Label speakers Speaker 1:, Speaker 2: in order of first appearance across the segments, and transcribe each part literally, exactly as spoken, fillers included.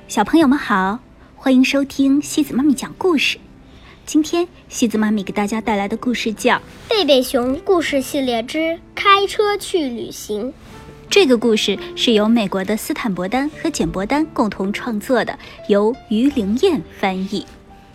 Speaker 1: 小朋友们好，欢迎收听西子妈咪讲故事。今天西子妈咪给大家带来的故事叫《
Speaker 2: 贝贝熊故事系列之开车去旅行》。
Speaker 1: 这个故事是由美国的斯坦伯丹和简伯丹共同创作的，由于灵燕翻译。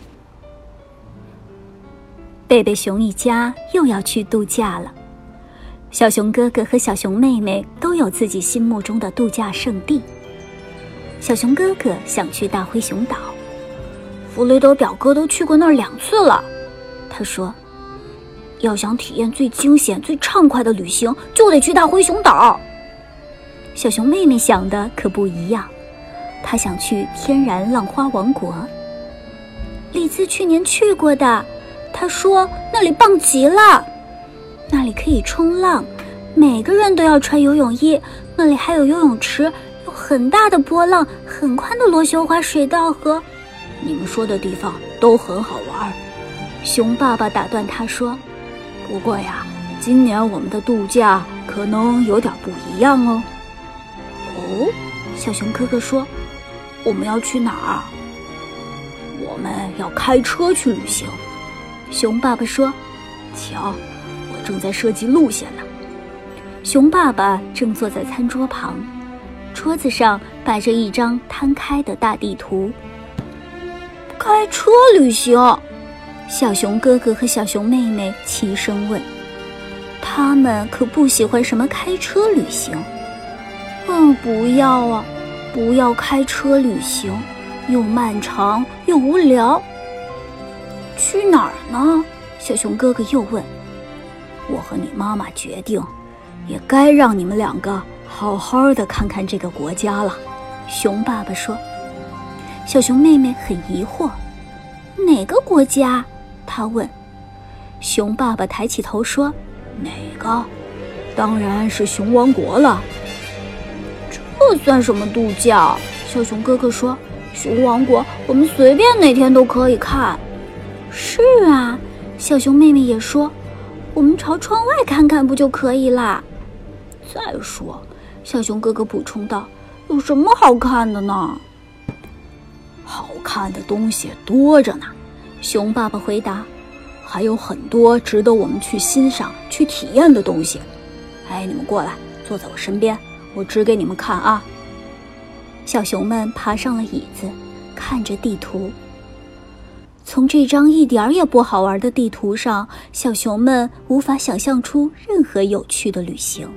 Speaker 1: 贝贝熊一家又要去度假了，小熊哥哥和小熊妹妹都有自己心目中的度假胜地。小熊哥哥想去大灰熊岛，弗雷德表哥都去过那儿两次了。他说，要想体验最惊险最畅快的旅行，就得去大灰熊岛。小熊妹妹想的可不一样，她想去天然浪花王国。丽兹去年去过的，她说那里棒极了，那里可以冲浪，每个人都要穿游泳衣，那里还有游泳池，有很大的波浪，很宽的螺旋滑水道和你们说的地方都很好玩。熊爸爸打断他说，不过呀，今年我们的度假可能有点不一样哦。哦，小熊哥哥说，我们要去哪儿？我们要开车去旅行。熊爸爸说，瞧，我正在设计路线呢。熊爸爸正坐在餐桌旁，桌子上摆着一张摊开的大地图。开车旅行？小熊哥哥和小熊妹妹齐声问。他们可不喜欢什么开车旅行。嗯，不要啊，不要开车旅行，又漫长又无聊。去哪儿呢？小熊哥哥又问。我和你妈妈决定，也该让你们两个好好的看看这个国家了。熊爸爸说。小熊妹妹很疑惑，哪个国家？她问。熊爸爸抬起头说，哪个？当然是熊王国了。这算什么度假？小熊哥哥说，熊王国我们随便哪天都可以看。是啊，小熊妹妹也说，我们朝窗外看看不就可以啦？再说，小熊哥哥补充道，有什么好看的呢？好看的东西多着呢，熊爸爸回答，还有很多值得我们去欣赏去体验的东西。哎，你们过来，坐在我身边，我指给你们看啊。小熊们爬上了椅子，看着地图。从这张一点也不好玩的地图上，小熊们无法想象出任何有趣的旅行。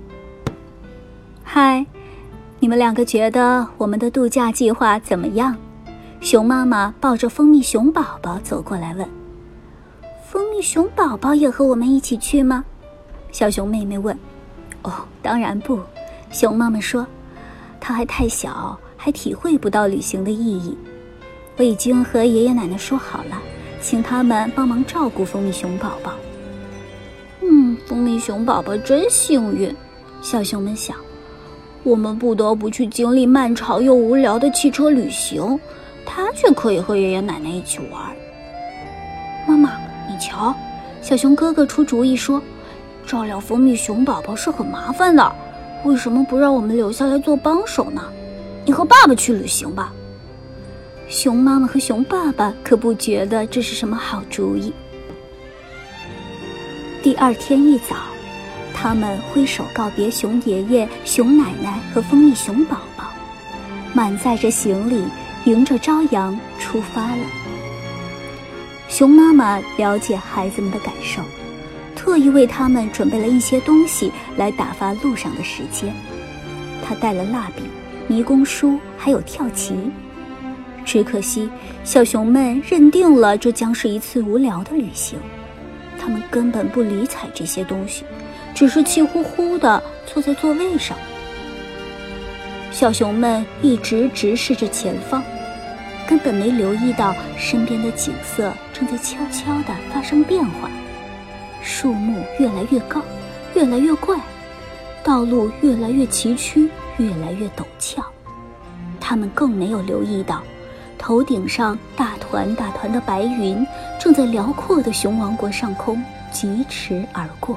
Speaker 1: 嗨，你们两个觉得我们的度假计划怎么样？熊妈妈抱着蜂蜜熊宝宝走过来问。蜂蜜熊宝宝也和我们一起去吗？小熊妹妹问。哦，当然不，熊妈妈说，他还太小，还体会不到旅行的意义。我已经和爷爷奶奶说好了，请他们帮忙照顾蜂蜜熊宝宝。嗯，蜂蜜熊宝宝真幸运，小熊们想。我们不得不去经历漫长又无聊的汽车旅行，他却可以和爷爷奶奶一起玩。妈妈，你瞧，小熊哥哥出主意说，照料蜂蜜熊宝宝是很麻烦的，为什么不让我们留下来做帮手呢？你和爸爸去旅行吧。熊妈妈和熊爸爸可不觉得这是什么好主意。第二天一早，他们挥手告别熊爷爷、熊奶奶和蜂蜜熊宝宝，满载着行李，迎着朝阳出发了。熊妈妈了解孩子们的感受，特意为他们准备了一些东西来打发路上的时间。她带了蜡笔、迷宫书，还有跳棋。只可惜，小熊们认定了这将是一次无聊的旅行，他们根本不理睬这些东西，只是气呼呼地坐在座位上。小熊们一直直视着前方，根本没留意到身边的景色正在悄悄地发生变化。树木越来越高，越来越怪，道路越来越崎岖，越来越陡峭。他们更没有留意到，头顶上大团大团的白云正在辽阔的熊王国上空疾驰而过。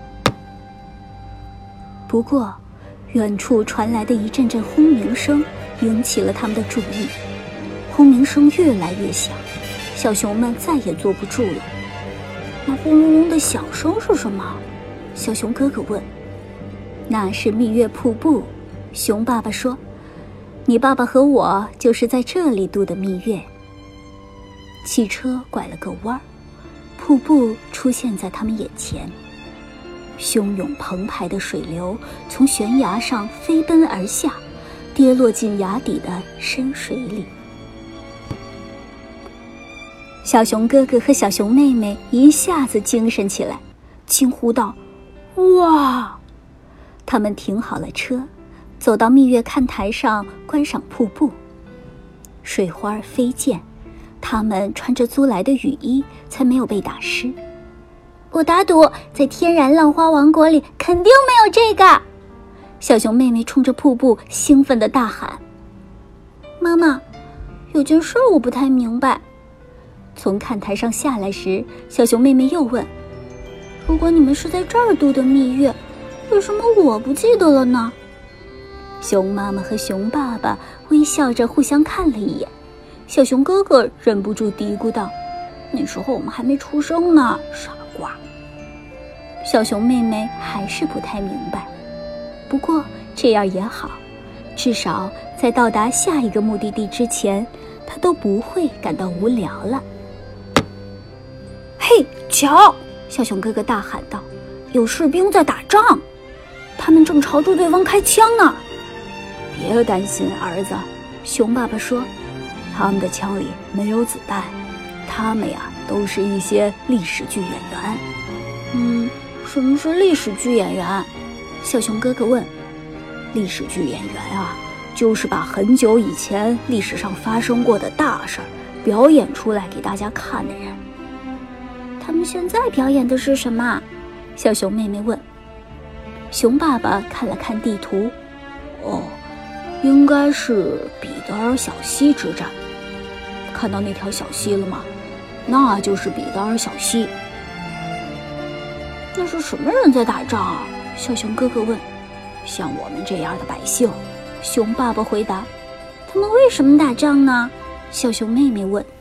Speaker 1: 不过，远处传来的一阵阵轰鸣声引起了他们的注意，轰鸣声越来越响，小熊们再也坐不住了。那轰隆隆的响声是什么？小熊哥哥问。那是蜜月瀑布，熊爸爸说，你爸爸和我就是在这里度的蜜月。汽车拐了个弯儿，瀑布出现在他们眼前，汹涌澎湃的水流从悬崖上飞奔而下，跌落进崖底的深水里。小熊哥哥和小熊妹妹一下子精神起来，惊呼道：哇！他们停好了车，走到蜜月看台上观赏瀑布。水花飞溅，他们穿着租来的雨衣才没有被打湿。
Speaker 2: 我打赌，在天然浪花王国里肯定没有这个！
Speaker 1: 小熊妹妹冲着瀑布兴奋地大喊。
Speaker 2: 妈妈，有件事我不太明白。
Speaker 1: 从看台上下来时，小熊妹妹又问，
Speaker 2: 如果你们是在这儿度的蜜月，为什么我不记得了呢？
Speaker 1: 熊妈妈和熊爸爸微笑着互相看了一眼，小熊哥哥忍不住嘀咕道，
Speaker 2: 那时候我们还没出生呢，傻瓜。
Speaker 1: 小熊妹妹还是不太明白，不过这样也好，至少在到达下一个目的地之前，她都不会感到无聊了。
Speaker 2: 嘿，瞧！小熊哥哥大喊道，有士兵在打仗，他们正朝着对方开枪呢。
Speaker 3: 别担心，儿子，熊爸爸说，他们的枪里没有子弹，他们呀都是一些历史剧演员。
Speaker 2: 嗯，什么是历史剧演员？
Speaker 1: 小熊哥哥问。
Speaker 3: 历史剧演员啊，就是把很久以前历史上发生过的大事儿表演出来给大家看的人。
Speaker 2: 他们现在表演的是什么？
Speaker 1: 小熊妹妹问。熊爸爸看了看地图，
Speaker 3: 哦，应该是彼得尔小溪之战。看到那条小溪了吗？那就是彼得尔小溪。
Speaker 2: 那是什么人在打仗啊？小熊哥哥问。
Speaker 3: 像我们这样的百姓，
Speaker 1: 熊爸爸回答。
Speaker 2: 他们为什么打仗呢？
Speaker 1: 小熊妹妹问。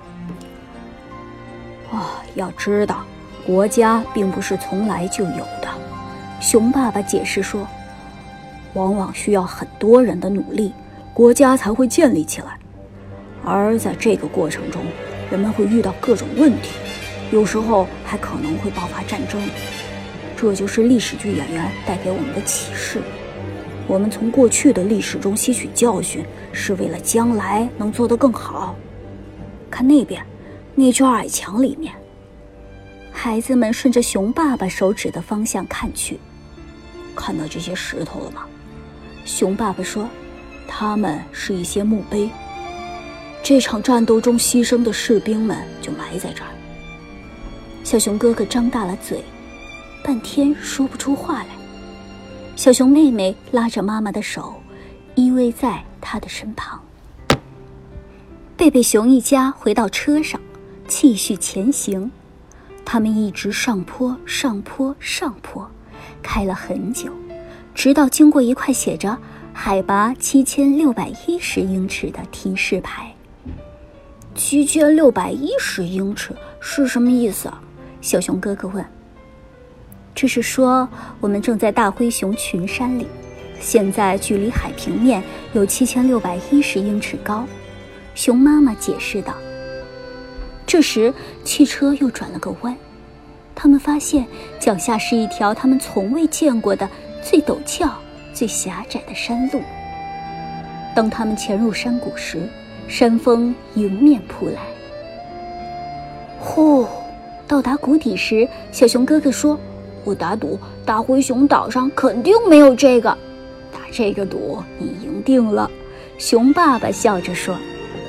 Speaker 3: 哦，要知道，国家并不是从来就有的。熊爸爸解释说，往往需要很多人的努力，国家才会建立起来。而在这个过程中，人们会遇到各种问题，有时候还可能会爆发战争。这就是历史剧演员带给我们的启示。我们从过去的历史中吸取教训，是为了将来能做得更好。看那边，那圈矮墙里面。
Speaker 1: 孩子们顺着熊爸爸手指的方向看去，
Speaker 3: 看到这些石头了吗？
Speaker 1: 熊爸爸说，
Speaker 3: 它们是一些墓碑。这场战斗中牺牲的士兵们就埋在这儿。
Speaker 1: 小熊哥哥张大了嘴，半天说不出话来。小熊妹妹拉着妈妈的手，依偎在她的身旁。贝贝熊一家回到车上，继续前行。他们一直上坡上坡上坡，开了很久，直到经过一块写着海拔七千六百一十英尺的提示牌。
Speaker 2: 七千六百一十英尺是什么意思啊？
Speaker 1: 小熊哥哥问。这是说我们正在大灰熊群山里，现在距离海平面有七千六百一十英尺高。熊妈妈解释道。这时汽车又转了个弯，他们发现脚下是一条他们从未见过的最陡峭最狭窄的山路。当他们潜入山谷时，山风迎面扑来。
Speaker 2: 呼！
Speaker 1: 到达谷底时，小熊哥哥说，
Speaker 2: 我打赌大灰熊岛上肯定没有这个。
Speaker 3: 打这个赌你赢定了，
Speaker 1: 熊爸爸笑着说。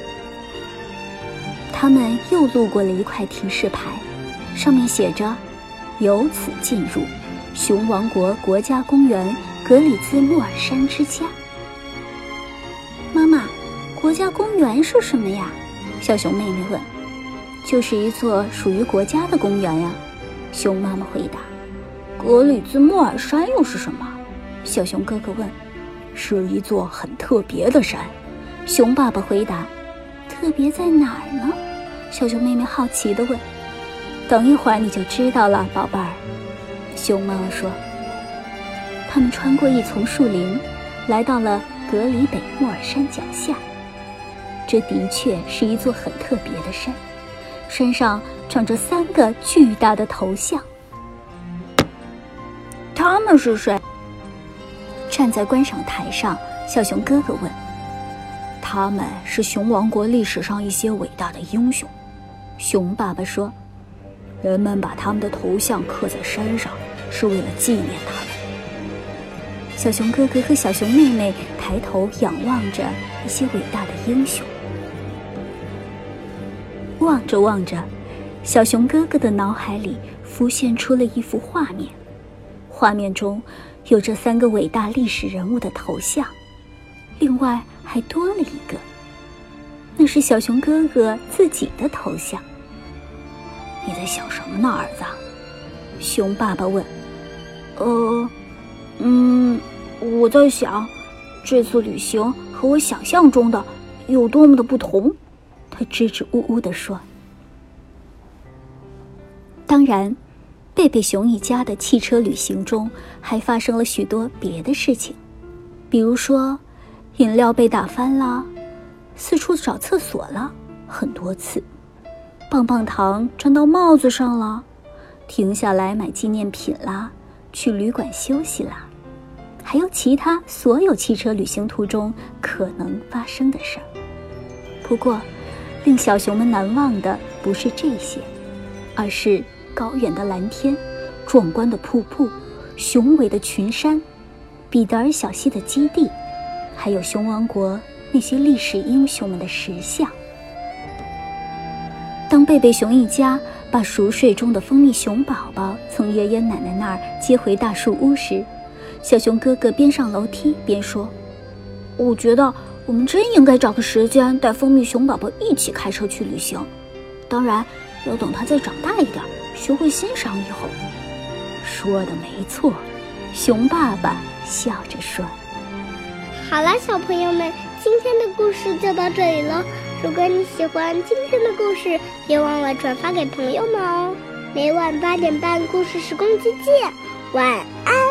Speaker 1: 他们又路过了一块提示牌，上面写着由此进入熊王国国家公园格里兹莫尔山之家。
Speaker 2: 妈妈，国家公园是什么呀？
Speaker 1: 小熊妹妹问。就是一座属于国家的公园呀，熊妈妈回答。
Speaker 2: 格里兹莫尔山又是什么？
Speaker 1: 小熊哥哥问。
Speaker 3: 是一座很特别的山。
Speaker 1: 熊爸爸回答。特别在哪儿呢？小熊妹妹好奇地问。等一会儿你就知道了，宝贝儿。熊妈妈说。他们穿过一丛树林，来到了格里北莫尔山脚下。这的确是一座很特别的山，山上长着三个巨大的头像。
Speaker 2: 他们是谁？
Speaker 1: 站在观赏台上，小熊哥哥问。
Speaker 3: 他们是熊王国历史上一些伟大的英雄，熊爸爸说，人们把他们的头像刻在山上，是为了纪念他们。
Speaker 1: 小熊哥哥和小熊妹妹抬头仰望着一些伟大的英雄。望着望着，小熊哥哥的脑海里浮现出了一幅画面，画面中有这三个伟大历史人物的头像，另外还多了一个，那是小熊哥哥自己的头像。
Speaker 3: 你在想什么呢，儿子？
Speaker 1: 熊爸爸问。
Speaker 2: 呃，嗯，我在想，这次旅行和我想象中的有多么的不同。
Speaker 1: 他支支吾吾地说。当然，贝贝熊一家的汽车旅行中还发生了许多别的事情，比如说饮料被打翻了，四处找厕所了很多次，棒棒糖粘到帽子上了，停下来买纪念品啦，去旅馆休息啦，还有其他所有汽车旅行途中可能发生的事儿。不过令小熊们难忘的不是这些，而是高远的蓝天，壮观的瀑布，雄伟的群山，彼得尔小溪的基地，还有熊王国那些历史英雄们的石像。当贝贝熊一家把熟睡中的蜂蜜熊宝宝从爷爷奶奶那儿接回大树屋时，小熊哥哥边上楼梯边说，
Speaker 2: 我觉得我们真应该找个时间带蜂蜜熊宝宝一起开车去旅行，当然要等他再长大一点，学会欣赏以后。
Speaker 3: 说的没错，
Speaker 1: 熊爸爸笑着说。
Speaker 4: 好了，小朋友们，今天的故事就到这里了。如果你喜欢今天的故事，别忘了转发给朋友们哦。每晚八点半，故事时光机见，晚安。